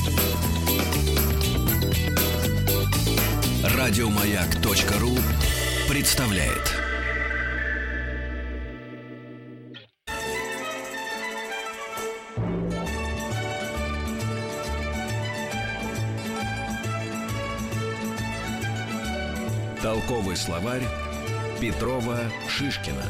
Радиомаяк.ру представляет. Толковый словарь Петрова-Шишкина.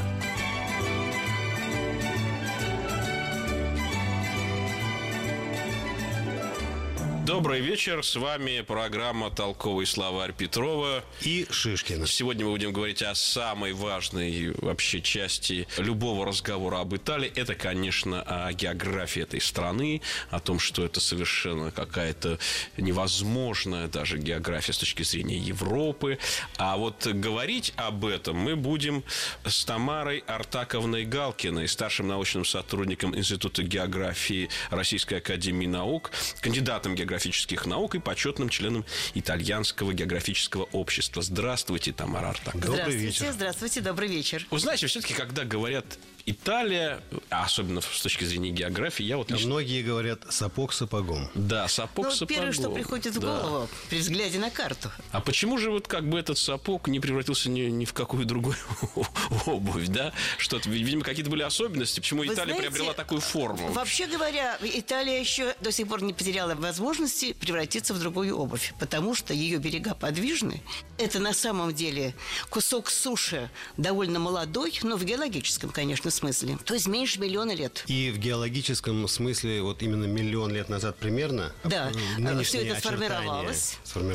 Добрый вечер, с вами программа «Толковый словарь» Петрова и Шишкина. Сегодня мы будем говорить о самой важной вообще части любого разговора об Италии. Это, конечно, о географии этой страны, о том, что это совершенно какая-то невозможная даже география с точки зрения Европы. А вот говорить об этом мы будем с Тамарой Артаковной Галкиной, старшим научным сотрудником Института географии Российской академии наук, кандидатом географических наук и почетным членом Итальянского географического общества. Здравствуйте, Тамара Артаковна. Добрый вечер. Здравствуйте, добрый вечер. Вы знаете, все-таки, когда говорят Италия, особенно с точки зрения географии, я вот лично... Многие говорят сапог сапогом. Да, сапог сапогом. Первое, что приходит в голову при взгляде на карту. А почему же вот как бы этот сапог не превратился ни в какую другую обувь, да? Что-то, видимо, какие-то были особенности, почему Италия приобрела такую форму? Вообще говоря, Италия еще до сих пор не потеряла возможности превратиться в другую обувь, потому что ее берега подвижны. Это на самом деле кусок суши довольно молодой, но в геологическом, конечно, смысле. То есть меньше миллиона лет. И в геологическом смысле вот именно миллион лет назад примерно. Да, все это сформировалось.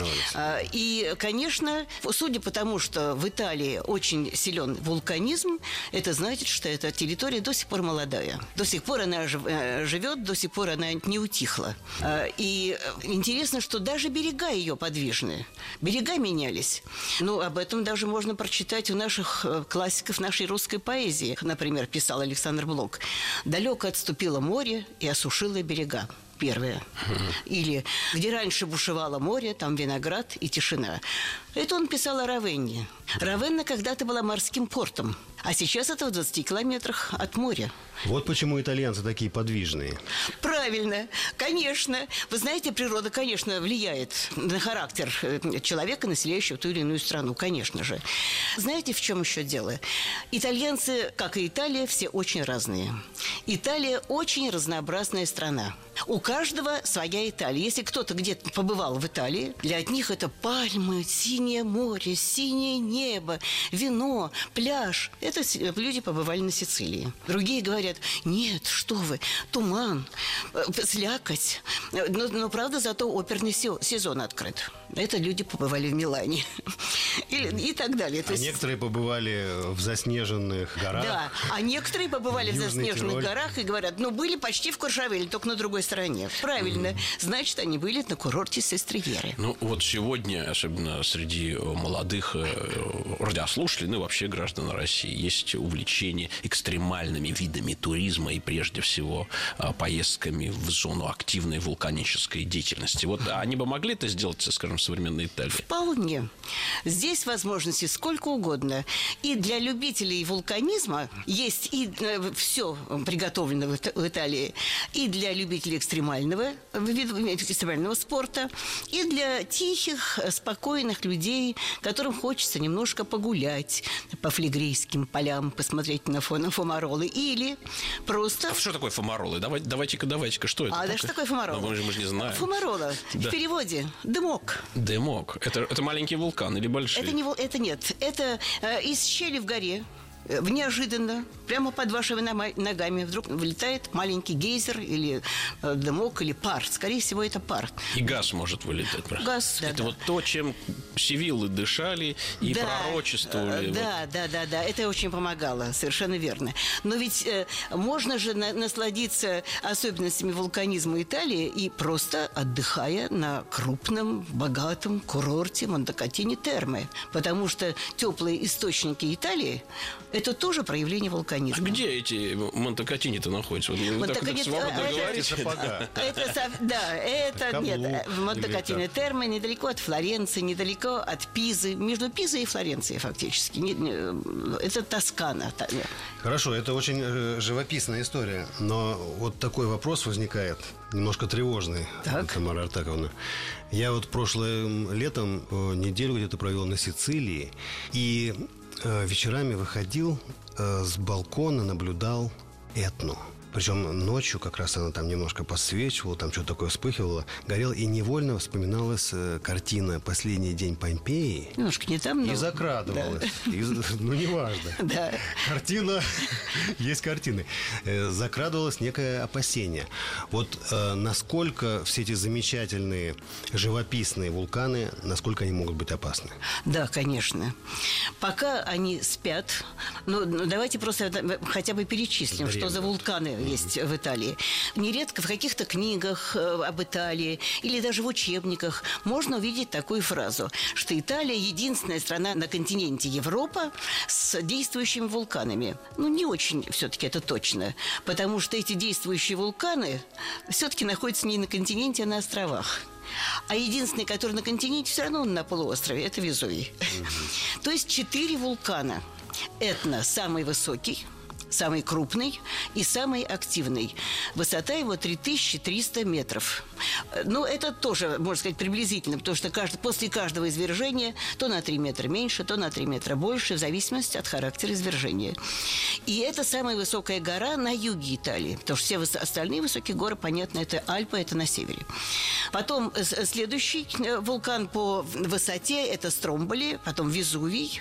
И, конечно, судя по тому, что в Италии очень силен вулканизм, это значит, что эта территория до сих пор молодая. До сих пор она живет, до сих пор она не утихла. И интересно, что даже берега ее подвижны. Берега менялись. Ну, об этом даже можно прочитать у наших классиков нашей русской поэзии. Например, писал Александр Блок. «Далеко отступило море и осушило берега». Первое. Или «Где раньше бушевало море, там виноград и тишина». Это он писал о Равенне. Равенна когда-то была морским портом, а сейчас это в 20 километрах от моря. Вот почему итальянцы такие подвижные. Правильно, конечно. Вы знаете, природа, конечно, влияет на характер человека, населяющего ту или иную страну, конечно же. Знаете, в чем еще дело? Итальянцы, как и Италия, все очень разные. Италия очень разнообразная страна. У каждого своя Италия. Если кто-то где-то побывал в Италии, для них это пальмы, синее море, синее небо, вино, пляж. Это люди побывали на Сицилии. Другие говорят: нет, что вы, туман, слякоть. Но правда, зато оперный сезон открыт. Это люди побывали в Милане. И так далее. Некоторые побывали в заснеженных горах. Да, а некоторые побывали в заснеженных горах и говорят: ну, были почти в Куршавеле, только на другой стороне. Правильно. Значит, они были на курорте Сестриеры. Ну, вот сегодня, особенно среди молодых радиослушателей, ну, вообще граждан России, есть увлечение экстремальными видами туризма и, прежде всего, поездками в зону активной вулканической деятельности. Вот они бы могли это сделать, скажем, в современной Италии? Вполне. Здесь возможностей сколько угодно. И для любителей вулканизма есть и все приготовлено в Италии, и для любителей экстремального спорта, и для тихих, спокойных людей, которым хочется немножко погулять по флегрейским полям, посмотреть на фумаролы, или просто... А что такое фумаролы? Давайте-ка, что это? Да, что такое фумарола? Мы же не знаем. Фумарола, в переводе дымок. Дымок. Это маленький вулкан или большой? Это нет. Это из щели в горе. Неожиданно, прямо под вашими ногами вдруг вылетает маленький гейзер или дымок, или пар. Скорее всего, это пар. И газ может вылетать. Газ, да. Это вот то, чем сивиллы дышали и пророчествовали. Да. Это очень помогало, совершенно верно. Но ведь можно же насладиться особенностями вулканизма Италии и просто отдыхая на крупном, богатом курорте Монте-Катини Терме. Потому что теплые источники Италии Это тоже проявление вулканизма. А где эти Монте-Катини-то находятся? В Монте-Катини Терме, недалеко от Флоренции, недалеко от Пизы. Между Пизой и Флоренцией фактически. Это Тоскана. Хорошо, это очень живописная история. Но вот такой вопрос возникает, немножко тревожный, Тамара Артаковна. Я вот прошлым летом неделю где-то провел на Сицилии. И вечерами выходил с балкона, наблюдал Этну. Причем ночью как раз она там немножко подсвечивала, там что-то такое вспыхивало, горело, и невольно вспоминалась картина «Последний день Помпеи». Немножко не там, но... И закрадывалась. Да. Ну, неважно. Да. Картина есть картины. Закрадывалось некое опасение. Вот насколько все эти замечательные живописные вулканы, насколько они могут быть опасны? Да, конечно. Пока они спят, давайте просто хотя бы перечислим, что за вулканы есть в Италии. Нередко в каких-то книгах об Италии или даже в учебниках можно увидеть такую фразу, что Италия единственная страна на континенте Европа с действующими вулканами. Не очень все-таки это точно, потому что эти действующие вулканы все-таки находятся не на континенте, а на островах. А единственный, который на континенте, все равно он на полуострове, это Везувий. То есть 4 вулкана. Этна самый высокий, самый крупный и самый активный. Высота его 3300 метров. Это тоже, можно сказать, приблизительно, потому что после каждого извержения то на 3 метра меньше, то на 3 метра больше, в зависимости от характера извержения. И это самая высокая гора на юге Италии, потому что все остальные высокие горы, понятно, это Альпы, это на севере. Потом следующий вулкан по высоте – это Стромболи, потом Везувий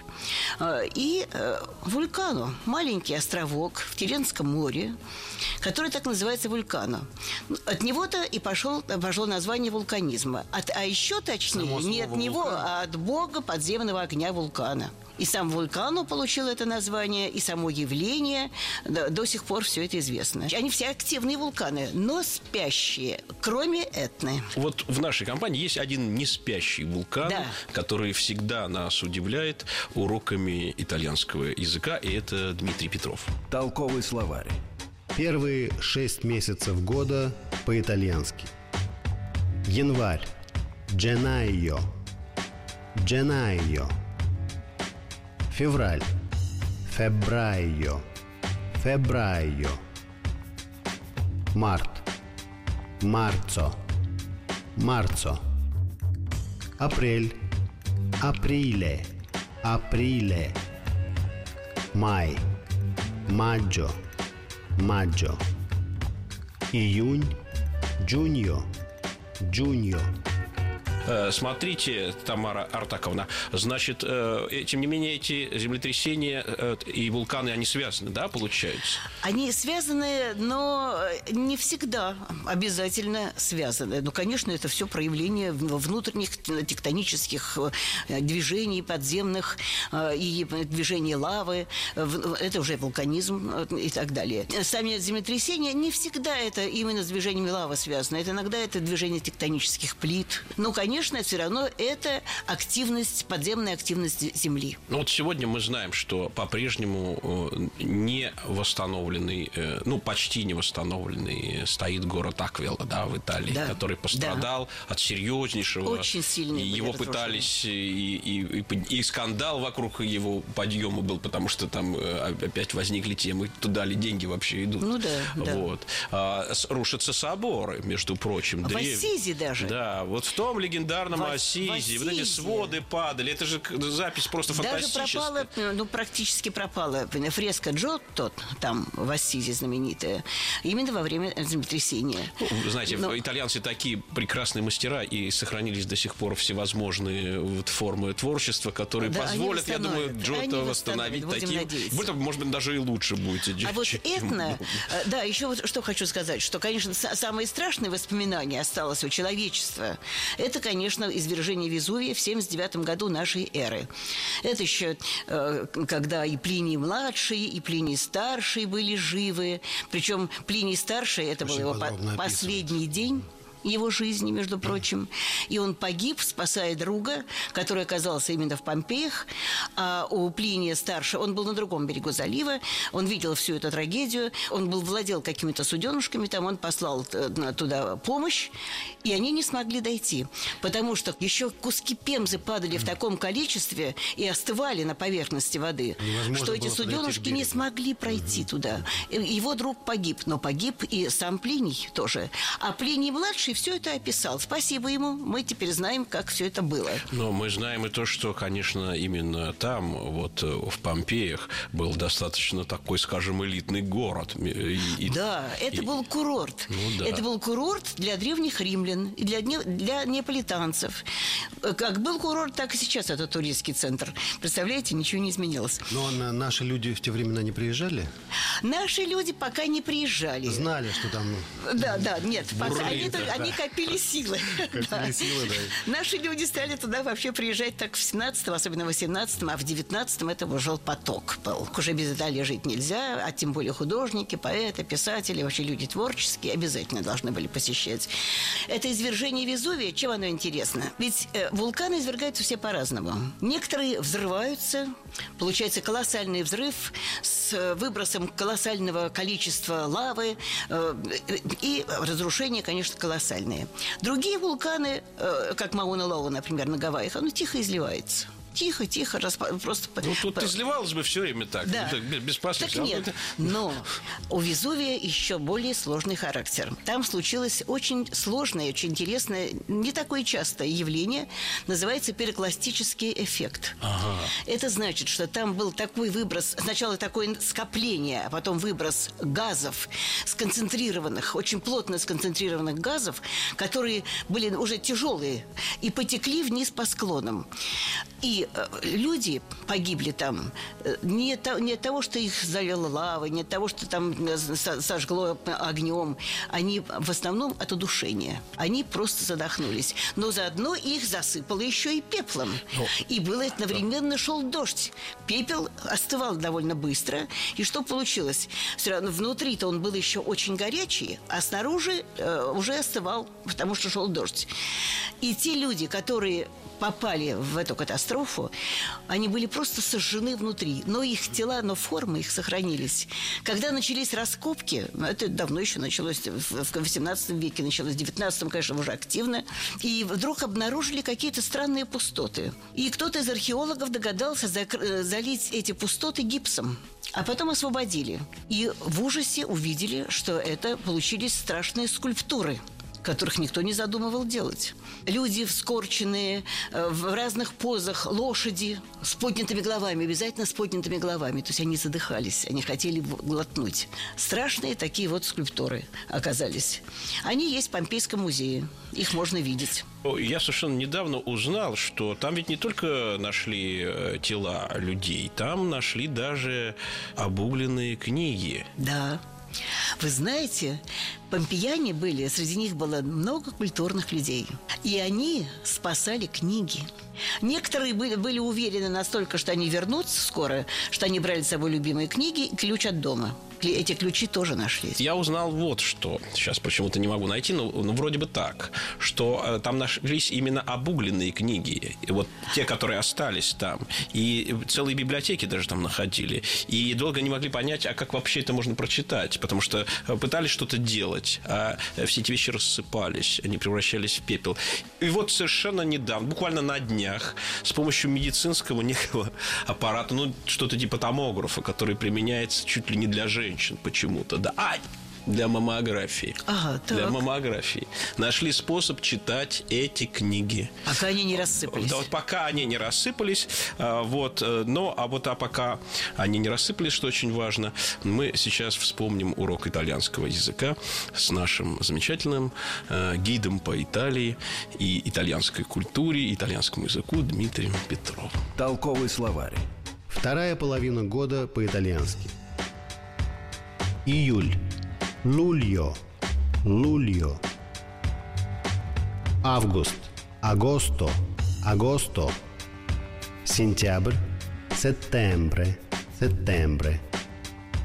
и Вулкано, маленький островок в Тиренском море, который так называется Вулкано. От него-то и пошло название вулканизма. А еще точнее, не от него, а от бога подземного огня вулкана. И сам Вулкано получил это название, и само явление, до сих пор все это известно. Они все активные вулканы, но спящие, кроме Этны. Вот в нашей компании есть один неспящий вулкан, который всегда нас удивляет уроками итальянского языка, и это Дмитрий Петров. Толковый словарь. Первые 6 месяцев года по-итальянски. Январь. Gennaio. Gennaio. Февраль. Febbraio. Febbraio. Март. Marzo. Marzo. Апрель. Aprile. Aprile. Май. Maggio. Maggio. Июнь. Giugno. Giugno. Смотрите, Тамара Артаковна, значит, тем не менее, эти землетрясения и вулканы, они связаны, да, получается? Они связаны, но не всегда обязательно связаны. Конечно, это все проявление внутренних тектонических движений подземных и движений лавы. Это уже вулканизм и так далее. Сами землетрясения не всегда это именно с движениями лавы связано. Иногда это движение тектонических плит. Конечно, все равно это активность, подземная активность Земли. Вот сегодня мы знаем, что по-прежнему не восстановленный, почти не восстановленный стоит город Аквила, в Италии, который пострадал от серьезнейшего. Очень сильно. Его пытались, и скандал вокруг его подъема был, потому что там опять возникли темы, туда ли деньги вообще идут. Вот. Рушатся соборы, между прочим. В Ассизи даже. Да, вот в том легендарном Ассизи. Вот эти своды падали. Это же запись просто фантастическая. Даже практически пропала фреска Джотто, там в Ассизи знаменитая, именно во время землетрясения. Знаете, итальянцы такие прекрасные мастера, и сохранились до сих пор всевозможные формы творчества, которые позволят, я думаю, Джотто восстановить таким. Может быть, даже и лучше будет. А вот Этна, еще вот что хочу сказать, что, конечно, самые страшные воспоминания осталось у человечества. Это, конечно, извержение Везувия в 79 году нашей эры. Это еще когда и Плиний-младший, и Плиний-старший были живы. Причем Плиний-старший, это был его последний день. его жизни, между прочим. И он погиб, спасая друга, который оказался именно в Помпеях. А у Плиния Старшего, он был на другом берегу залива, он видел всю эту трагедию, он владел какими-то суденышками, там он послал туда помощь, и они не смогли дойти, потому что еще куски пемзы падали в таком количестве и остывали на поверхности воды, что эти суденышки не смогли пройти туда. Его друг погиб, но погиб и сам Плиний тоже. А Плиний-младший все это описал. Спасибо ему, мы теперь знаем, как все это было. Но мы знаем и то, что, конечно, именно там, вот в Помпеях, был достаточно такой, скажем, элитный город. Да, это был курорт. Ну, да. Это был курорт для древних римлян и для неаполитанцев. Как был курорт, так и сейчас это туристский центр. Представляете, ничего не изменилось. Но наши люди в те времена не приезжали? Наши люди пока не приезжали. Знали, что там... Да, нет, пока они копили силы. Копили силы, да. Наши люди стали туда вообще приезжать так в 17-м, особенно в 18-м, а в 19-м это уже поток был. Уже без Италии жить нельзя, а тем более художники, поэты, писатели, вообще люди творческие обязательно должны были посещать. Это извержение Везувия, чем оно интересно? Ведь вулканы извергаются все по-разному. Некоторые взрываются, получается колоссальный взрыв с выбросом колоссального количества лавы, и разрушения, конечно, колоссальные. Другие вулканы, как Мауна-Лоа, например, на Гавайях, оно тихо изливается. Тихо, просто... Ну, тут изливалось бы все время так, да. Без последствий. Так нет, но у Везувия еще более сложный характер. Там случилось очень сложное, очень интересное, не такое частое явление, называется пирокластический эффект. Ага. Это значит, что там был такой выброс, сначала такое скопление, а потом выброс газов, сконцентрированных, очень плотно сконцентрированных газов, которые были уже тяжелые и потекли вниз по склонам. И люди погибли там не от того, что их залило лавой, не от того, что там сожгло огнем. Они в основном от удушения. Они просто задохнулись. Но заодно их засыпало еще и пеплом. И было одновременно шел дождь. Пепел остывал довольно быстро. И что получилось? Все равно внутри-то он был еще очень горячий, а снаружи уже остывал, потому что шел дождь. И те люди, которые попали в эту катастрофу, они были просто сожжены внутри. Но их тела, но формы их сохранились. Когда начались раскопки, это давно еще началось, в 18 веке началось, в 19, конечно, уже активно, и вдруг обнаружили какие-то странные пустоты. И кто-то из археологов догадался залить эти пустоты гипсом. А потом освободили. И в ужасе увидели, что это получились страшные скульптуры, которых никто не задумывал делать. Люди вскорченные, в разных позах, лошади с поднятыми головами, обязательно с поднятыми головами. То есть они задыхались, они хотели глотнуть. Страшные такие вот скульптуры оказались. Они есть в Помпейском музее. Их можно видеть. Я совершенно недавно узнал, что там ведь не только нашли тела людей, там нашли даже обугленные книги. Да. Вы знаете, помпеяне были, среди них было много культурных людей. И они спасали книги. Некоторые были уверены настолько, что они вернутся скоро, что они брали с собой любимые книги и ключ от дома. Эти ключи тоже нашлись. Я узнал вот что. Сейчас почему-то не могу найти, но вроде бы так. Что там нашлись именно обугленные книги. И вот те, которые остались там. И целые библиотеки даже там находили. И долго не могли понять, а как вообще это можно прочитать. Потому что пытались что-то делать, а все эти вещи рассыпались. Они превращались в пепел. И вот совершенно недавно, буквально на днях, с помощью медицинского некого аппарата, ну, что-то типа томографа, который применяется чуть ли не для женщин почему-то, да. Для маммографии. Ага, так. Для маммографии. Нашли способ читать эти книги. Пока они не рассыпались. Да, вот пока они не рассыпались. Пока они не рассыпались, что очень важно, мы сейчас вспомним урок итальянского языка с нашим замечательным гидом по Италии и итальянской культуре, итальянскому языку Дмитрием Петровым. Толковый словарь. Вторая половина года по-итальянски. Июль. Luglio, luglio. Август, agosto, agosto. Сентябрь, settembre, settembre.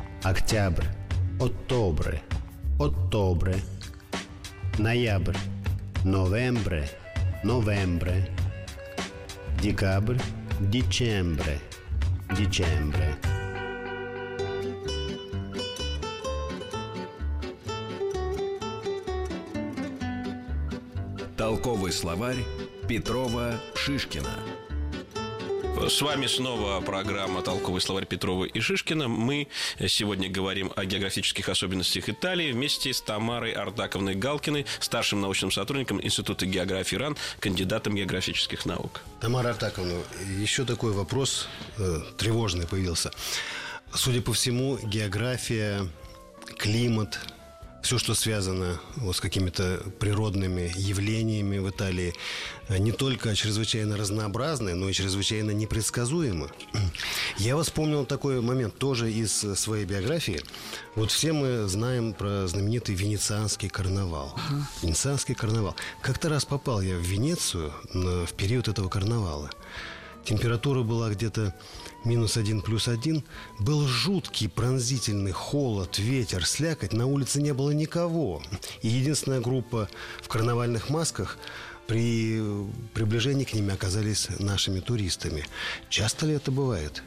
Октябрь, ottobre, ottobre. Ноябрь, Новембре, новембре. Декабрь, дичембре, дичембре. Толковый словарь Петрова-Шишкина. С вами снова программа «Толковый словарь» Петрова и Шишкина. Мы сегодня говорим о географических особенностях Италии вместе с Тамарой Ардаковной Галкиной, старшим научным сотрудником Института географии РАН, кандидатом географических наук. Тамара Ардаковна, еще такой вопрос тревожный появился. Судя по всему, география, климат, все, что связано с какими-то природными явлениями в Италии, не только чрезвычайно разнообразны, но и чрезвычайно непредсказуемы. Я вспомнил такой момент тоже из своей биографии. Вот все мы знаем про знаменитый Венецианский карнавал. Венецианский карнавал. Как-то раз попал я в Венецию в период этого карнавала. Температура была где-то -1, +1. Был жуткий пронзительный холод, ветер, слякоть. На улице не было никого. И единственная группа в карнавальных масках при приближении к ним оказались нашими туристами. Часто ли это бывает?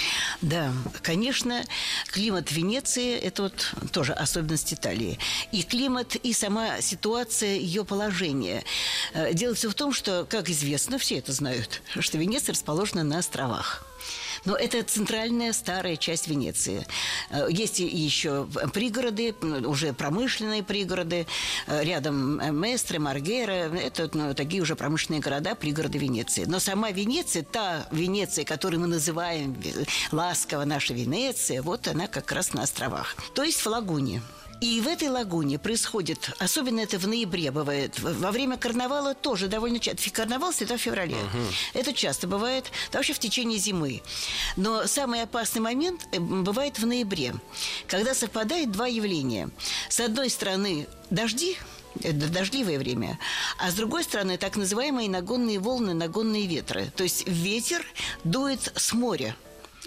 Да, конечно, климат Венеции – это тоже особенность Италии. И климат, и сама ситуация, ее положение. Дело все в том, что, как известно, все это знают, что Венеция расположена на островах. Но это центральная старая часть Венеции. Есть и еще пригороды, уже промышленные пригороды. Рядом Местре, Маргера. Это такие уже промышленные города, пригороды Венеции. Но сама Венеция, та Венеция, которую мы называем ласково наша Венеция, вот она как раз на островах. То есть в лагуне. И в этой лагуне происходит, особенно это в ноябре бывает, во время карнавала тоже довольно часто. Карнавал всегда в феврале. Это часто бывает, да вообще в течение зимы. Но самый опасный момент бывает в ноябре, когда совпадает два явления. С одной стороны, дожди, это дождливое время, а с другой стороны, так называемые нагонные волны, нагонные ветры. То есть ветер дует с моря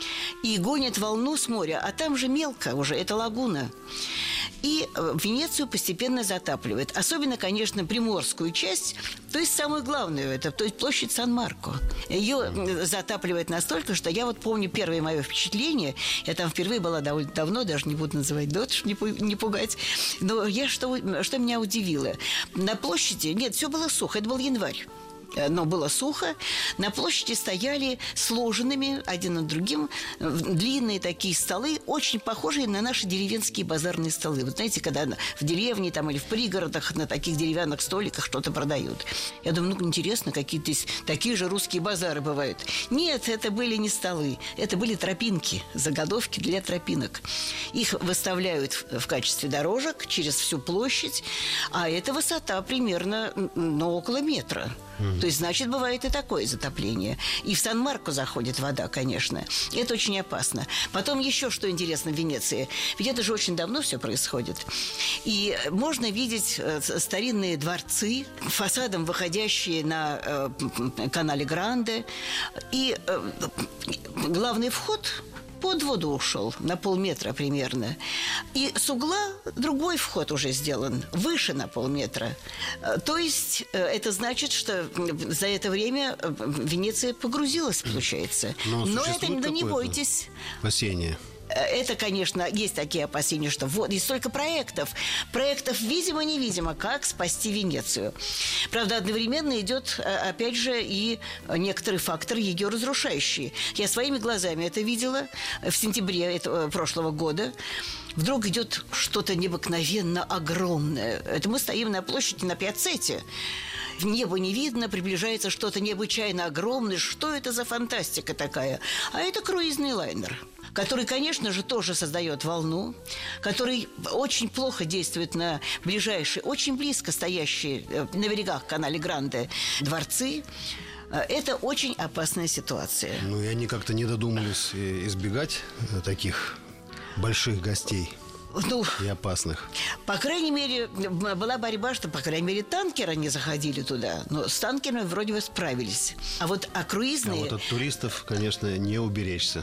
и гонит волну с моря, а там же мелко уже, это лагуна. И Венецию постепенно затапливает. Особенно, конечно, приморскую часть, то есть самую главную, это то есть площадь Сан-Марко. Ее затапливает настолько, что я помню первое мое впечатление. Я там впервые была довольно давно, даже не буду называть дату, чтобы не пугать. Но что меня удивило. На площади, нет, все было сухо, это был январь. Но было сухо. На площади стояли сложенными один над другим длинные такие столы, очень похожие на наши деревенские базарные столы. Вот знаете, когда в деревне там, или в пригородах на таких деревянных столиках что-то продают. Я думаю, интересно, какие-то такие же русские базары бывают. Нет, это были не столы, это были тропинки, заготовки для тропинок. Их выставляют в качестве дорожек через всю площадь, а эта высота примерно около метра. То есть, значит, бывает и такое затопление. И в Сан-Марко заходит вода, конечно. И это очень опасно. Потом еще что интересно в Венеции. Ведь это же очень давно все происходит. И можно видеть старинные дворцы, фасадом выходящие на канале Гранде. И главный вход под воду ушел, на полметра примерно. И с угла другой вход уже сделан, выше на полметра. То есть это значит, что за это время Венеция погрузилась, получается. Но это не бойтесь. Спасение. Это, конечно, есть такие опасения, что вот, и столько проектов. Проектов видимо-невидимо, как спасти Венецию. Правда, одновременно идет, опять же, и некоторый фактор ее разрушающий. Я своими глазами это видела в сентябре прошлого года. Вдруг идет что-то необыкновенно огромное. Это мы стоим на площади, на Пиаццетте. В небо не видно, приближается что-то необычайно огромное. Что это за фантастика такая? А это круизный лайнер, который, конечно же, тоже создает волну, который очень плохо действует на ближайшие, очень близко стоящие на берегах канала Гранде дворцы. Это очень опасная ситуация. И они как-то не додумались избегать таких больших гостей. И опасных. По крайней мере, была борьба, что, по крайней мере, танкеры не заходили туда. Но с танкерами вроде бы справились. А вот круизные... от туристов, конечно, не уберечься.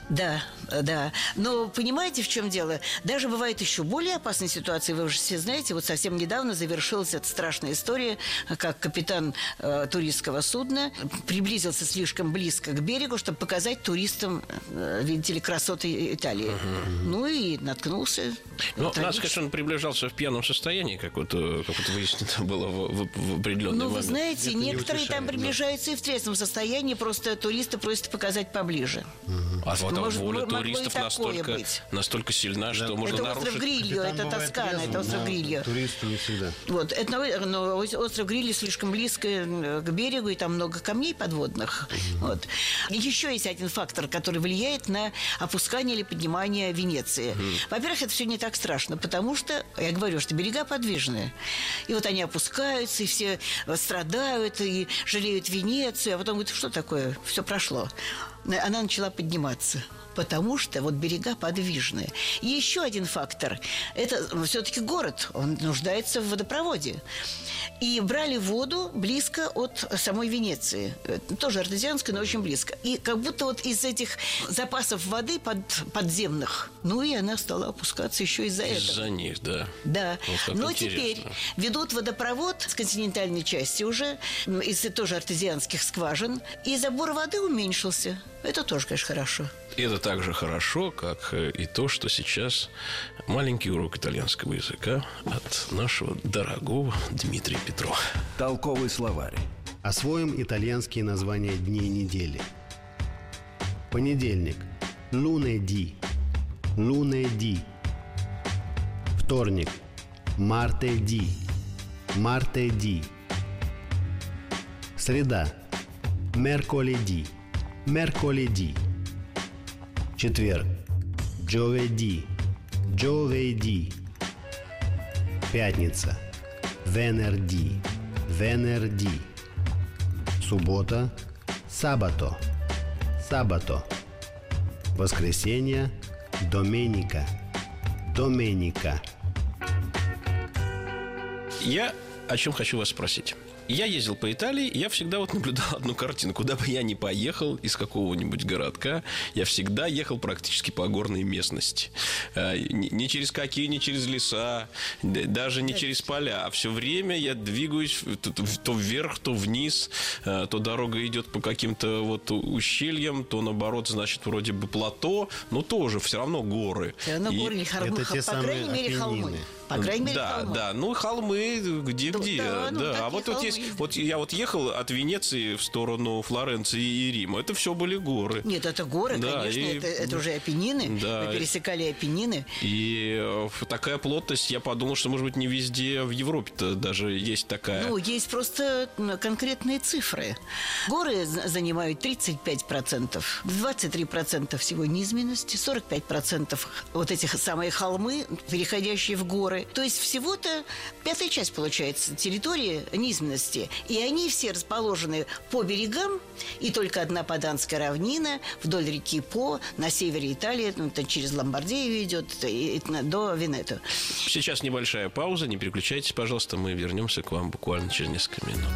Да, да. Но понимаете, в чем дело? Даже бывает еще более опасные ситуации. Вы уже все знаете, вот совсем недавно завершилась эта страшная история, как капитан туристского судна приблизился слишком близко к берегу, чтобы показать туристам, видите ли, красоты Италии. Ну и наткнулся. Ну, надо сказать, что он приближался в пьяном состоянии, как вот выяснено было в определенный момент. Ну, вы знаете, некоторые там приближаются и в трезвом состоянии, просто туристы просят показать поближе. А вот воля туристов настолько сильна, что можно нарушить. Это остров Грильо, это Тоскана, это остров Грильо. Туристы не всегда. Вот, но остров Грильо слишком близко к берегу, и там много камней подводных. Вот. И еще есть один фактор, который влияет на опускание или поднимание Венеции. Во-первых, это все не так страшно, потому что, я говорю, что берега подвижные. И вот они опускаются, и все страдают, и жалеют Венецию, а потом говорят, что такое, все прошло. Она начала подниматься, потому что вот берега подвижные. И еще один фактор – это все-таки город, он нуждается в водопроводе. И брали воду близко от самой Венеции. Тоже артезианская, но очень близко. И как будто вот из этих запасов воды подземных, ну и она стала опускаться еще из-за этого. Из-за них, да. Да. Вот но интересно. Теперь ведут водопровод с континентальной части уже, из тоже артезианских скважин, и забор воды уменьшился. Это тоже, конечно, хорошо. И это так же хорошо, как и то, что сейчас маленький урок итальянского языка от нашего дорогого Дмитрия Петрова. Толковый словарь. Освоим итальянские названия дней недели. Понедельник. Лунеди. Лунеди. Вторник. Мартеди. Мартеди. Среда. Мерколеди. Мерколеди. Четверг. Giovedì. Giovedì. Пятница. Venerdì. Venerdì. Суббота. Sabato. Sabato. Воскресенье. Domenica. Domenica. Я о чем хочу вас спросить. Я ездил по Италии, я всегда вот наблюдал одну картину. Куда бы я ни поехал из какого-нибудь городка, я всегда ехал практически по горной местности. Не через какие, не через леса, даже не через поля. А все время я двигаюсь то вверх, то вниз. То дорога идет по каким-то вот ущельям, то наоборот, значит, вроде бы плато, но тоже все равно горы. Все равно горы или холмы, по крайней мере, холмы. По крайней мере, холмы. Да, ну холмы где-где. Да. А вот есть, вот я вот ехал от Венеции в сторону Флоренции и Рима. Это все были горы. Нет, это горы, да, конечно, это уже Апеннины. Да. Мы пересекали Апеннины. И такая плотность, я подумал, что, может быть, не везде в Европе-то даже есть такая. Ну, есть просто конкретные цифры. Горы занимают 35%, 23% всего низменности, 45% вот этих самые холмы, переходящие в горы. То есть всего-то 1/5 часть, получается, территории низменности. И они все расположены по берегам, и только одна Паданская равнина вдоль реки По на севере Италии, через Ломбардию идет до Венето. Сейчас небольшая пауза, не переключайтесь, пожалуйста, мы вернемся к вам буквально через несколько минут.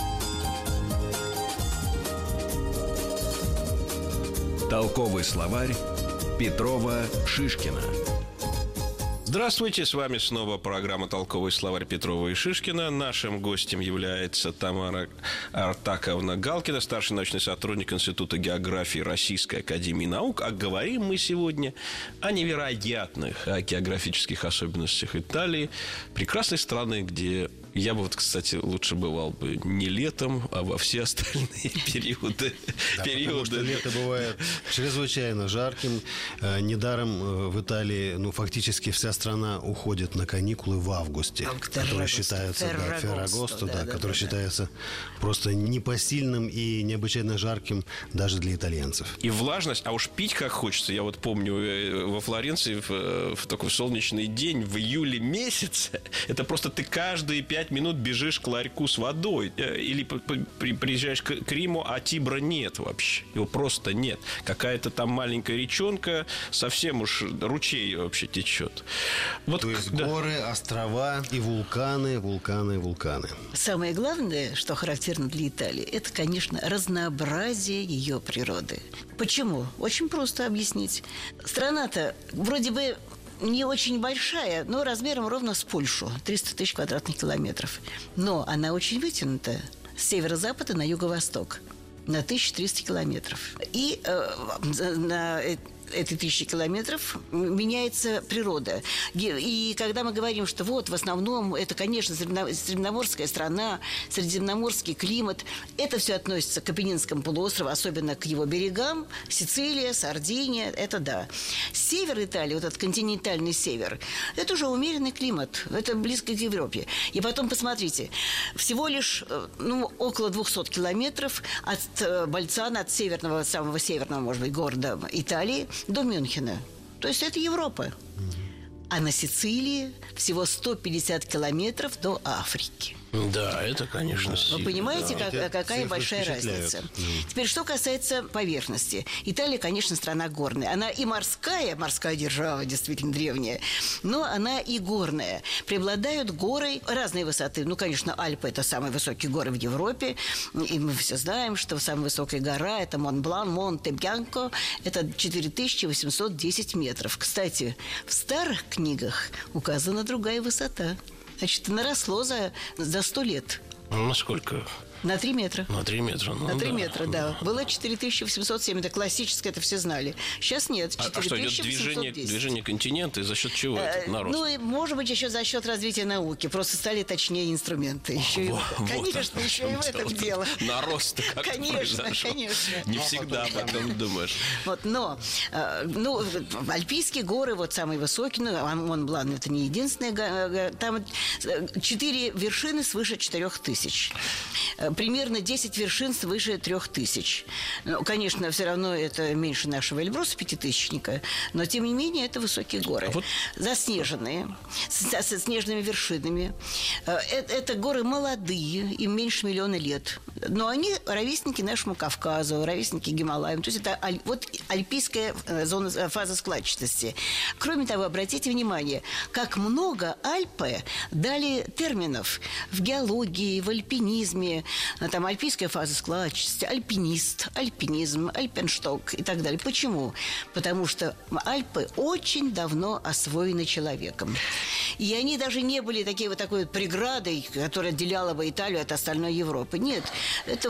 Толковый словарь Петрова-Шишкина. Здравствуйте, с вами снова программа «Толковый словарь» Петрова и Шишкина. Нашим гостем является Тамара Артаковна Галкина, старший научный сотрудник Института географии Российской академии наук. А говорим мы сегодня о невероятных географических особенностях Италии, прекрасной страны, где я бы, вот, кстати, лучше бывал бы не летом, а во все остальные периоды. Да, потому что лето бывает чрезвычайно жарким. Недаром в Италии, фактически вся страна уходит на каникулы в августе, который считается Феррагосто, который считается просто непосильным и необычайно жарким даже для итальянцев. И влажность, а уж пить как хочется. Я вот помню во Флоренции в такой солнечный день в июле месяце, это просто ты каждые 5 5 минут бежишь к ларьку с водой. Или приезжаешь к Риму, а Тибра нет вообще. Его просто нет. Какая-то там маленькая речонка, совсем уж ручей вообще течет. Вот, то есть горы, острова и вулканы. Самое главное, что характерно для Италии, это, конечно, разнообразие ее природы. Почему? Очень просто объяснить. Страна-то вроде бы не очень большая, но размером ровно с Польшу. 300 тысяч квадратных километров. Но она очень вытянутая. С северо-запада на юго-восток. На 1300 километров. И на эти 1000 километров меняется природа. И когда мы говорим, что вот в основном это, конечно, средиземноморская страна, средиземноморский климат, это все относится к Апеннинскому полуострову, особенно к его берегам, Сицилия, Сардиния, это да. Север Италии, вот этот континентальный север, это уже умеренный климат, это близко к Европе. И потом посмотрите, всего лишь около 200 километров от Больцана, от самого северного, может быть, города Италии, до Мюнхена. То есть это Европа. А на Сицилии всего 150 километров до Африки. Да, это, конечно, сильно. Вы понимаете, какая большая разница? Теперь, что касается поверхности. Италия, конечно, страна горная. Она и морская держава, действительно древняя, но она и горная. Преобладают горы разной высоты. Конечно, Альпы – это самые высокие горы в Европе. И мы все знаем, что самая высокая гора – это Монблан, Монте-Бьянко. Это 4810 метров. Кстати, в старых книгах указана другая высота. Значит, наросло за 100 лет. Насколько? На 3 метра. На 3 метра, На 3 метра, да. Было 4807, это классическое, это все знали. Сейчас нет, 4810. А что, идет движение континента, и за счет чего этот нарост? Может быть, еще за счет развития науки. Просто стали точнее инструменты. Конечно, еще и в этом дело. Нарост как конечно. Не всегда об этом думаешь. Но альпийские горы, самые высокие, Монблан это не единственная, там 4 вершины свыше 4000. Примерно 10 вершин свыше 3000. Конечно, все равно это меньше нашего Эльбруса, пятитысячника, но, тем не менее, это высокие горы. Заснеженные, со снежными вершинами. Это горы молодые, им меньше 1 миллиона лет. Но они ровесники нашему Кавказу, ровесники Гималаям. То есть это альпийская фаза складчатости. Кроме того, обратите внимание, как много Альпы дали терминов в геологии, в альпинизме. Там альпийская фаза складчатости, альпинист, альпинизм, альпеншток и так далее. Почему? Потому что Альпы очень давно освоены человеком. И они даже не были такой преградой, которая отделяла бы Италию от остальной Европы. Нет, это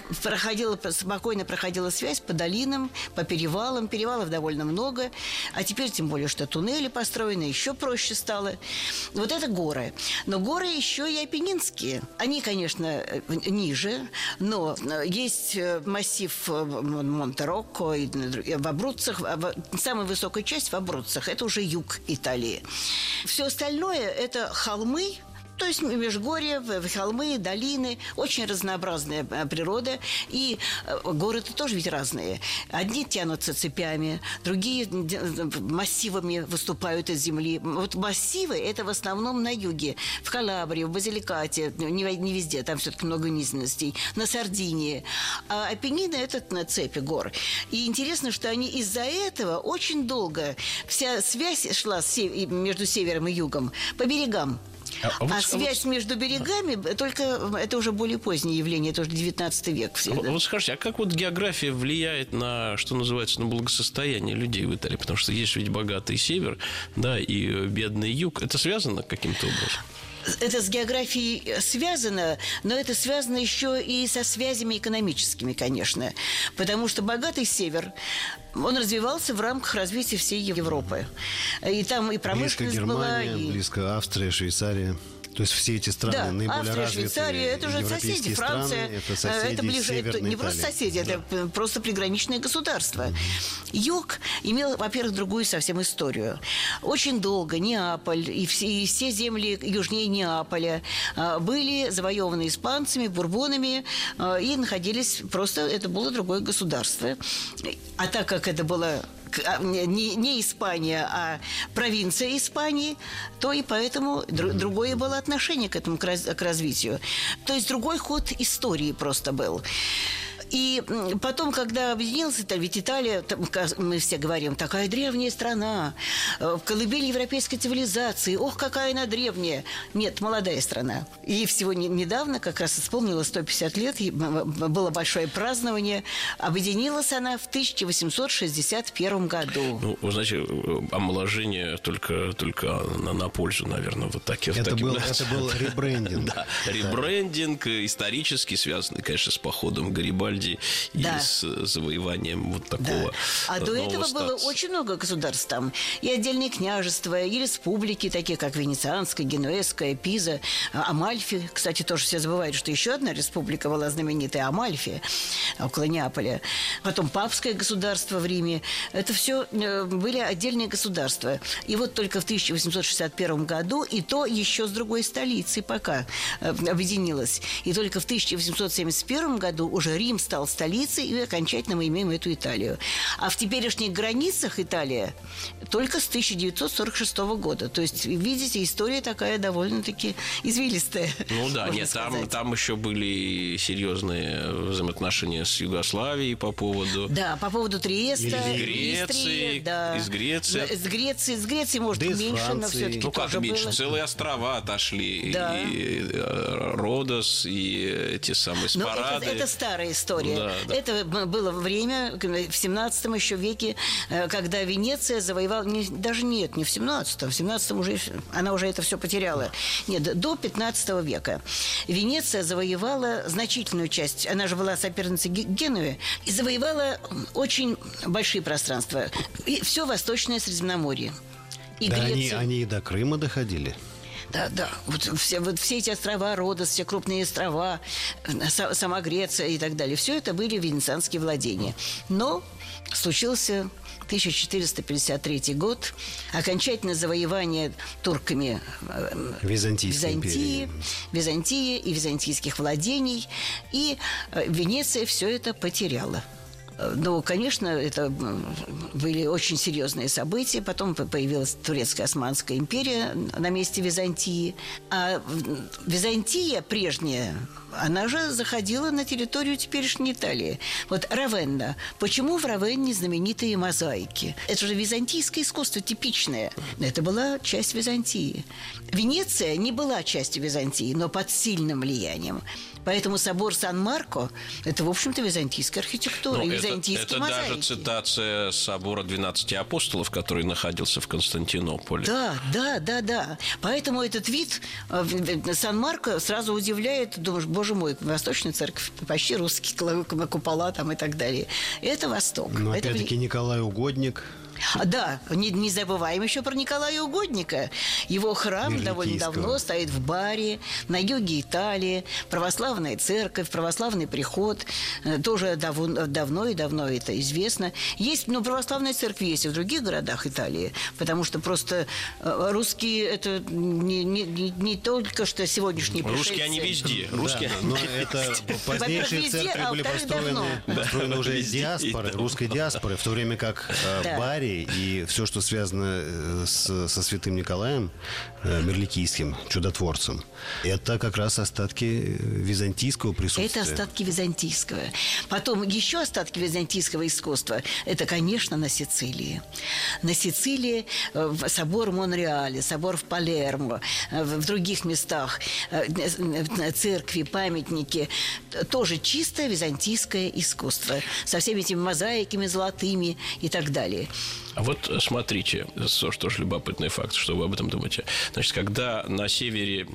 спокойно проходила связь по долинам, по перевалам. Перевалов довольно много. А теперь, тем более, что туннели построены, еще проще стало. Вот это горы. Но горы еще и апеннинские. Они, конечно, ниже, но есть массив Монте-Рокко и в Абруццах. Самая высокая часть в Абруццах. Это уже юг Италии. Все остальное – это холмы, то есть межгорье, холмы, долины, очень разнообразная природа. И горы-то тоже ведь разные. Одни тянутся цепями, другие массивами выступают из земли. Вот массивы – это в основном на юге, в Калабрии, в Базиликате, не везде, там все-таки много низменностей, на Сардинии. А Апеннины – это на цепи гор. И интересно, что они из-за этого очень долго, вся связь шла между севером и югом по берегам. А связь между берегами, только это уже более позднее явление, это уже 19 век. Вот скажите, а как география влияет на, что называется, на благосостояние людей в Италии? Потому что есть ведь богатый север, да, и бедный юг. Это связано каким-то образом? Это с географией связано, но это связано еще и со связями экономическими, конечно. Потому что богатый север, он развивался в рамках развития всей Европы. И там и промышленность была. Близко Германия, близко Австрия, Швейцария. То есть все эти страны, да, наиболее Австрия, развитые Швейцария, это уже соседи, Франция, это соседи, это ближе, это не просто соседи, да. Это просто приграничное государство. Юг имел, во-первых, другую совсем историю. Очень долго Неаполь и все земли южнее Неаполя были завоеваны испанцами, бурбонами и находились просто, это было другое государство. А так как это было не Испания, а провинция Испании, то и поэтому другое было отношение к этому, к развитию. То есть другой ход истории просто был. И потом, когда объединилась Италия, ведь Италия, мы все говорим, такая древняя страна, колыбель европейской цивилизации, ох, какая она древняя. Нет, молодая страна. И всего недавно, как раз исполнилось 150 лет, было большое празднование. Объединилась она в 1861 году. Ну, вы знаете, омоложение только на пользу, наверное, вот таких. Это был ребрендинг. Да, ребрендинг, исторически связанный, конечно, с походом Гарибальди и с завоеванием вот такого. А до этого было очень много государств там. И отдельные княжества, и республики, такие как Венецианская, Генуэзская, Пиза, Амальфи. Кстати, тоже все забывают, что еще одна республика была знаменитая, Амальфи, около Неаполя. Потом папское государство в Риме. Это все были отдельные государства. И вот только в 1861 году, и то еще с другой столицей пока объединилась. И только в 1871 году уже Рим стал столицей, и окончательно мы имеем эту Италию. А в теперешних границах Италия только с 1946 года. То есть, видите, история такая довольно-таки извилистая. Ну да, нет, там еще были серьезные взаимоотношения с Югославией по поводу... Да, по поводу Триеста. Греции, да. из Греции. С Греции, может, да меньше, но все-таки ну как меньше? Было. Целые острова отошли. Да. И Родос, и эти самые Спарады. Это старая история. Да. Это было время, в 17 еще веке, когда Венеция завоевала... не в 17-м. В 17-м она уже это все потеряла. Нет, до 15 века. Венеция завоевала значительную часть. Она же была соперницей Генуи. И завоевала очень большие пространства. И все Восточное Средиземноморье. И да, они и до Крыма доходили. Да. Вот все эти острова, Родос, все крупные острова, сама Греция и так далее. Все это были венецианские владения. Но случился 1453 год, окончательное завоевание турками Византии и византийских владений. И Венеция все это потеряла. Ну, конечно, это были очень серьезные события. Потом появилась Турецкая Османская империя на месте Византии. А Византия прежняя, она же заходила на территорию теперешней Италии. Вот Равенна. Почему в Равенне знаменитые мозаики? Это же византийское искусство типичное. Это была часть Византии. Венеция не была частью Византии, но под сильным влиянием. Поэтому собор Сан-Марко – это, в общем-то, византийская архитектура, и византийские мозаики. Это даже цитация собора 12 апостолов, который находился в Константинополе. Да. Поэтому этот вид Сан-Марко сразу удивляет. Думаешь, боже мой, Восточная церковь, почти русские купола там и так далее. Это Восток. Но опять-таки Николай Угодник. Да, не забываем еще про Николая Угодника. Его храм довольно давно стоит в Бари, на юге Италии. Православная церковь, православный приход. Тоже давно это известно. Есть, православная церковь есть и в других городах Италии. Потому что просто русские это не только что сегодняшние пришельцы. Русские они везде. Но это позднейшие церкви были построены уже диаспорой, русской диаспорой, в то время как Бари и все, что связано со святым Николаем Мерликийским, чудотворцем, это как раз остатки византийского присутствия. Это остатки византийского. Потом еще остатки византийского искусства. Это, конечно, на Сицилии. На Сицилии собор в Монреале, собор в Палермо, в других местах, церкви, памятники. Тоже чисто византийское искусство. Со всеми этими мозаиками золотыми и так далее. А вот смотрите, что ж любопытный факт, что вы об этом думаете. Значит, когда на севере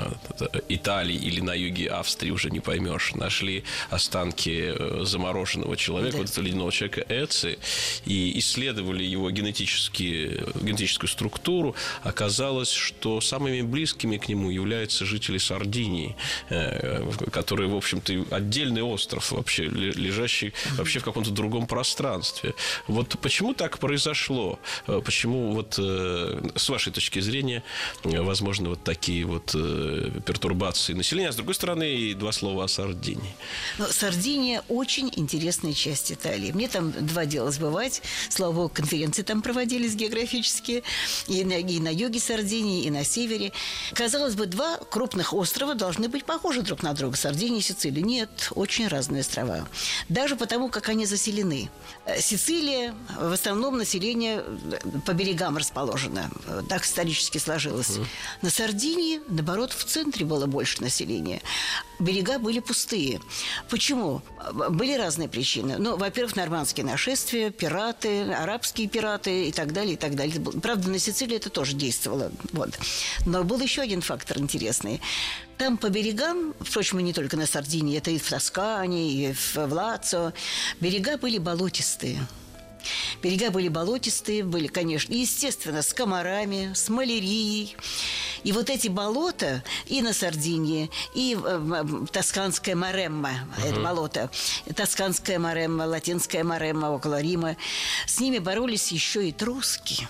Италии или на юге Австрии, уже не поймешь, нашли останки замороженного человека, вот этого ледяного человека Эци, и исследовали его генетическую структуру, оказалось, что самыми близкими к нему являются жители Сардинии, которые, в общем-то, отдельный остров, вообще лежащий вообще в каком-то другом пространстве. Вот почему так происходит? произошло? Почему вот с вашей точки зрения возможны вот такие вот пертурбации населения? А с другой стороны, и два слова о Сардинии. Но Сардиния очень интересная часть Италии. Мне там доводилось бывать. Слава богу, конференции там проводились географические. И на юге Сардинии, и на севере. Казалось бы, два крупных острова должны быть похожи друг на друга. Сардиния и Сицилия. Нет, очень разные острова. Даже потому, как они заселены. Сицилия, в основном население по берегам расположено. Так исторически сложилось. На Сардинии, наоборот, в центре было больше населения. Берега были пустые. Почему? Были разные причины. Ну, во-первых, нормандские нашествия, пираты, арабские пираты и так далее, и так далее. Правда, на Сицилии это тоже действовало. Вот. Но был еще один фактор интересный. Там по берегам, впрочем, и не только на Сардинии, это и в Тоскане, и в Лацио, берега были болотистые. Берега были болотистые, были, конечно, естественно, с комарами, с малярией. И вот эти болота и на Сардинии, и Тосканская Маремма, это болото, Тосканская Маремма, Латинская Маремма около Рима, с ними боролись еще и этруски.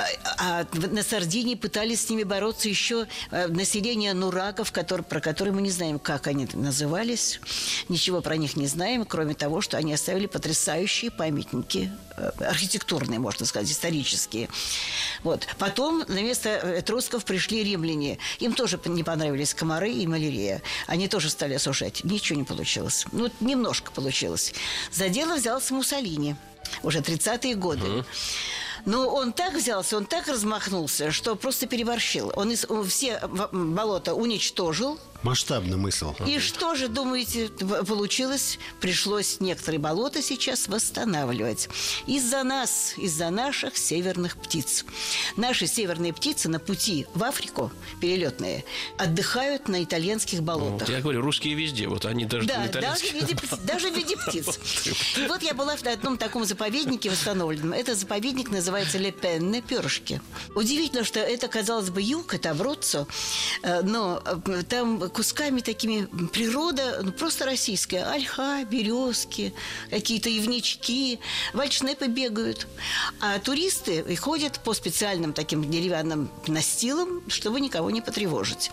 А на Сардинии пытались с ними бороться еще население нурагов, про которые мы не знаем, как они назывались. Ничего про них не знаем, кроме того, что они оставили потрясающие памятники, архитектурные, можно сказать, исторические. Вот. Потом на место этрусков пришли римляне. Им тоже не понравились комары и малярия. Они тоже стали осушать. Ничего не получилось. Ну, немножко получилось. За дело взялся Муссолини. Уже 30-е годы. Но он так взялся, он так размахнулся, что просто переборщил. Он все болота уничтожил. Масштабно мысль. И что же, думаете, получилось? Пришлось некоторые болота сейчас восстанавливать. Из-за нас, из-за наших северных птиц. Наши северные птицы на пути в Африку, перелетные, отдыхают на итальянских болотах. Я говорю, русские везде. Вот они даже на итальянских. Даже в виде птиц. И вот я была в одном таком заповеднике восстановленном. Этот заповедник называется Ле Пенне, перышки. Удивительно, что это, казалось бы, юг, это Абруццо, но там кусками такими природа, просто российская. Ольха, березки, какие-то ивнячки, вальшнепы бегают. А туристы и ходят по специальным таким деревянным настилам, чтобы никого не потревожить.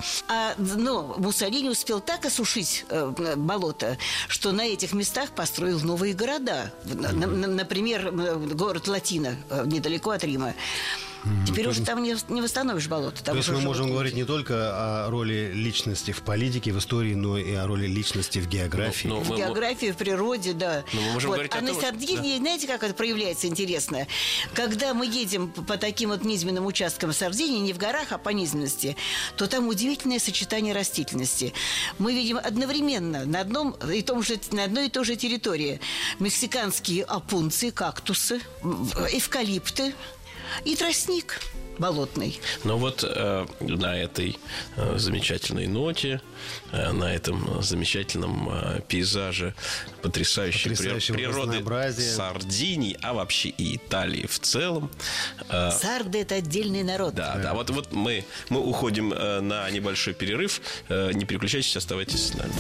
Но Муссолини успел так осушить болото, что на этих местах построил новые города. Например, город Латино, недалеко от Рима. Теперь уже там не восстановишь болото. То есть мы можем говорить не только о роли личности в политике, в истории, но и о роли личности в географии. В географии, в природе, да. Мы можем говорить на Сардинии, знаете, как это проявляется интересно? Когда мы едем по таким вот низменным участкам Сардинии, не в горах, а по низменности, то там удивительное сочетание растительности. Мы видим одновременно на одной и той же территории мексиканские опунции, кактусы, эвкалипты и тростник болотный. Но вот на этой замечательной ноте, на этом замечательном пейзаже потрясающей природы Сардинии, а вообще и Италии в целом. Сарды – это отдельный народ. Да. Вот мы уходим на небольшой перерыв. Не переключайтесь, оставайтесь с нами.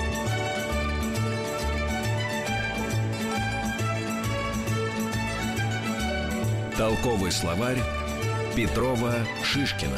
Толковый словарь Петрова-Шишкина.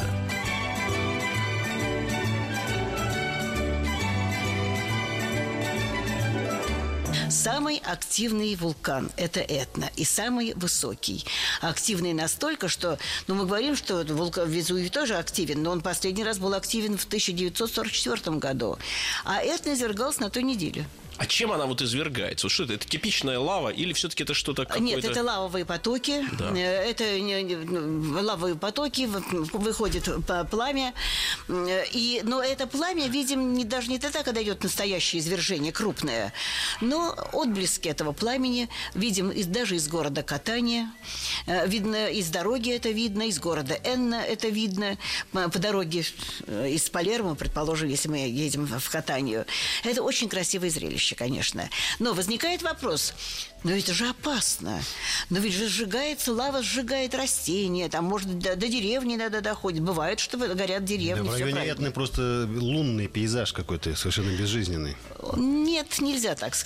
Самый активный вулкан – это Этна, и самый высокий. Активный настолько, что… мы говорим, что вулкан Везувий тоже активен, но он последний раз был активен в 1944 году. А Этна извергался на той неделе. А чем она вот извергается? Вот что это? Это типичная лава или все-таки это что-то какое-то… Нет, это лавовые потоки. Да. Это лавовые потоки, выходит пламя. Но это пламя видим даже не тогда, когда идет настоящее извержение, крупное. Но отблески этого пламени видим даже из города Катания. Видно из дороги это видно, из города Энна это видно. По дороге из Палермо, предположим, если мы едем в Катанию. Это очень красивое зрелище, конечно. Но возникает вопрос, но это же опасно. Но ведь же сжигается, лава сжигает растения, там, может, до деревни надо доходит. Бывает, что горят деревни. Да, в районе Этны просто лунный пейзаж какой-то, совершенно безжизненный. Нет, нельзя так сказать.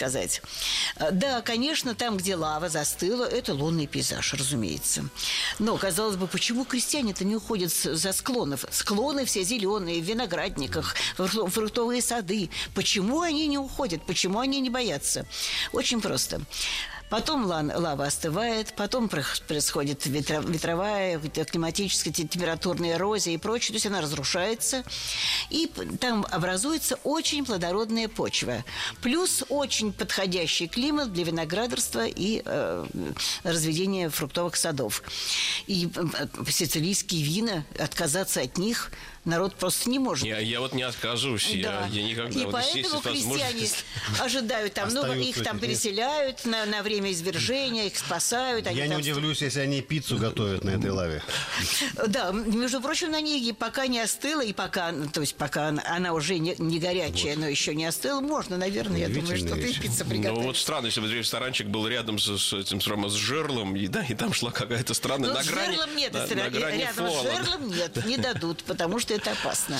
Да, конечно, там, где лава застыла, это лунный пейзаж, разумеется. Но, казалось бы, почему крестьяне-то не уходят за склонов? Склоны все зеленые, в виноградниках, фруктовые сады. Почему они не уходят? Почему они не боятся? Очень просто. Потом лава остывает, потом происходит ветровая, климатическая, температурная эрозия и прочее. То есть она разрушается, и там образуется очень плодородная почва. Плюс очень подходящий климат для виноградарства и разведения фруктовых садов. И сицилийские вина, отказаться от них народ просто не может. Я вот не отказываюсь. Да. Я никогда. И поэтому крестьяне ожидают там, их там переселяют на время извержения, их спасают. Я не удивлюсь, если они пиццу готовят на этой лаве. Да, между прочим, на ней пока не остыла, и пока она уже не горячая, но еще не остыла, можно, наверное, я думаю, что ты пиццу приготовишь. Ну вот странно, если бы ресторанчик был рядом с этим с жерлом, и там шла какая-то странная на грани. С жерлом нет, рядом с жерлом нет, не дадут, потому что это опасно.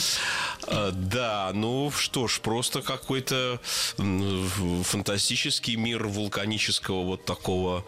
Да, ну что ж, просто какой-то фантастический мир вулканического вот такого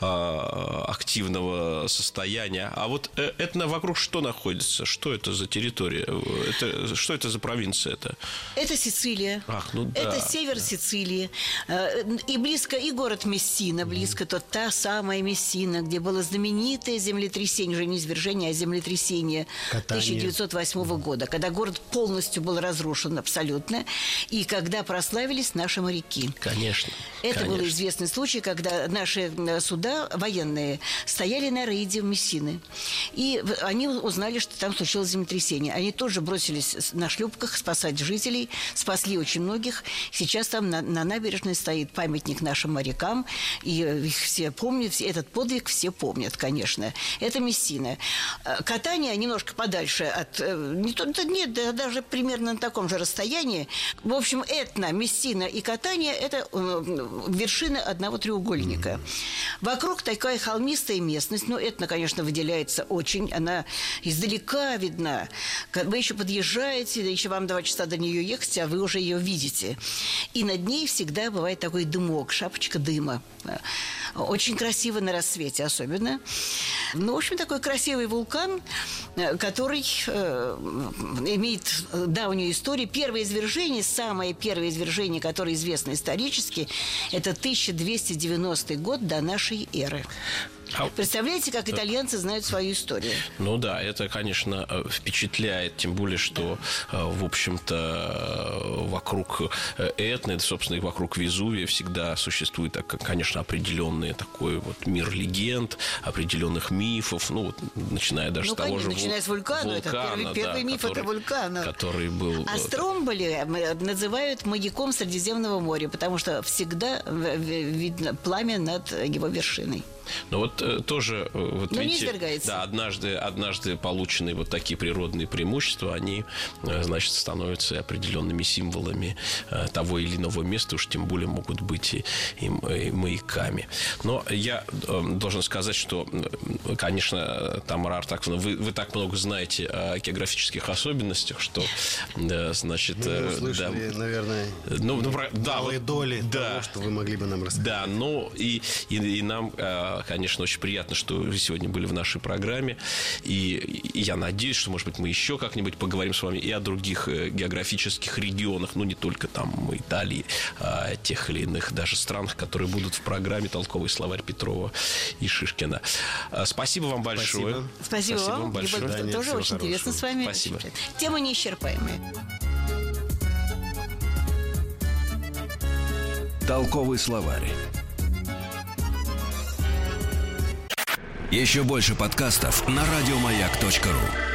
активного состояния. А вот это вокруг что находится? Что это за территория? Что это за провинция? Это Сицилия. Это север Сицилии. И близко и город Мессина, близко та самая Мессина, где было знаменитое землетрясение, уже не извержение, а землетрясение 1908 года, когда город полностью был разрушен абсолютно, и когда прославились наши моряки. Конечно. Это был известный случай, когда наши суда военные стояли на рейде в Мессины, и они узнали, что там случилось землетрясение. Они тоже бросились на шлюпках спасать жителей, спасли очень многих. Сейчас там на набережной стоит памятник нашим морякам, и их все помнят, этот подвиг все помнят, конечно. Это Мессина. Катания немножко подальше от... Нет, даже примерно на таком же расстоянии. В общем, Этна, Мессина и Катания – это вершины одного треугольника. Вокруг такая холмистая местность. Но Этна, конечно, выделяется очень. Она издалека видна. Вы еще подъезжаете, еще вам 2 часа до нее ехать, а вы уже ее видите. И над ней всегда бывает такой дымок, шапочка дыма. Очень красиво на рассвете особенно. Ну, в общем, такой красивый вулкан, который имеет давнюю историю. Первое извержение, самое первое извержение, которое известно исторически, это 1290 год до нашей эры. Представляете, как итальянцы знают свою историю? Ну да, это, конечно, впечатляет, тем более, что, в общем-то, вокруг Этны, собственно, и вокруг Везувия всегда существует, конечно, определенный такой вот мир легенд, определенных мифов, ну, вот, начиная даже с того же начиная с вулкана, это первый миф, это вулкан. Который был... А Стромболи называют маяком Средиземного моря, потому что всегда видно пламя над его вершиной. Но вот тоже, вот но видите, не извергается. Да, однажды полученные вот такие природные преимущества, они, значит, становятся определенными символами того или иного места, уж тем более могут быть и маяками. Но я должен сказать, что, конечно, Тамара Артаковна, вы так много знаете о географических особенностях, что, значит... Мы услышали, наверное, малые доли того, что вы могли бы нам рассказать. Да, ну и нам... Конечно, очень приятно, что вы сегодня были в нашей программе. И я надеюсь, что, может быть, мы еще как-нибудь поговорим с вами и о других географических регионах, ну, не только там Италии, а тех или иных даже странах, которые будут в программе «Толковый словарь» Петрова и Шишкина. Спасибо вам большое. Спасибо вам большое. Тоже очень интересно с вами. Спасибо. Тема неисчерпаемая. Толковый словарь. Еще больше подкастов на радиомаяк.ру.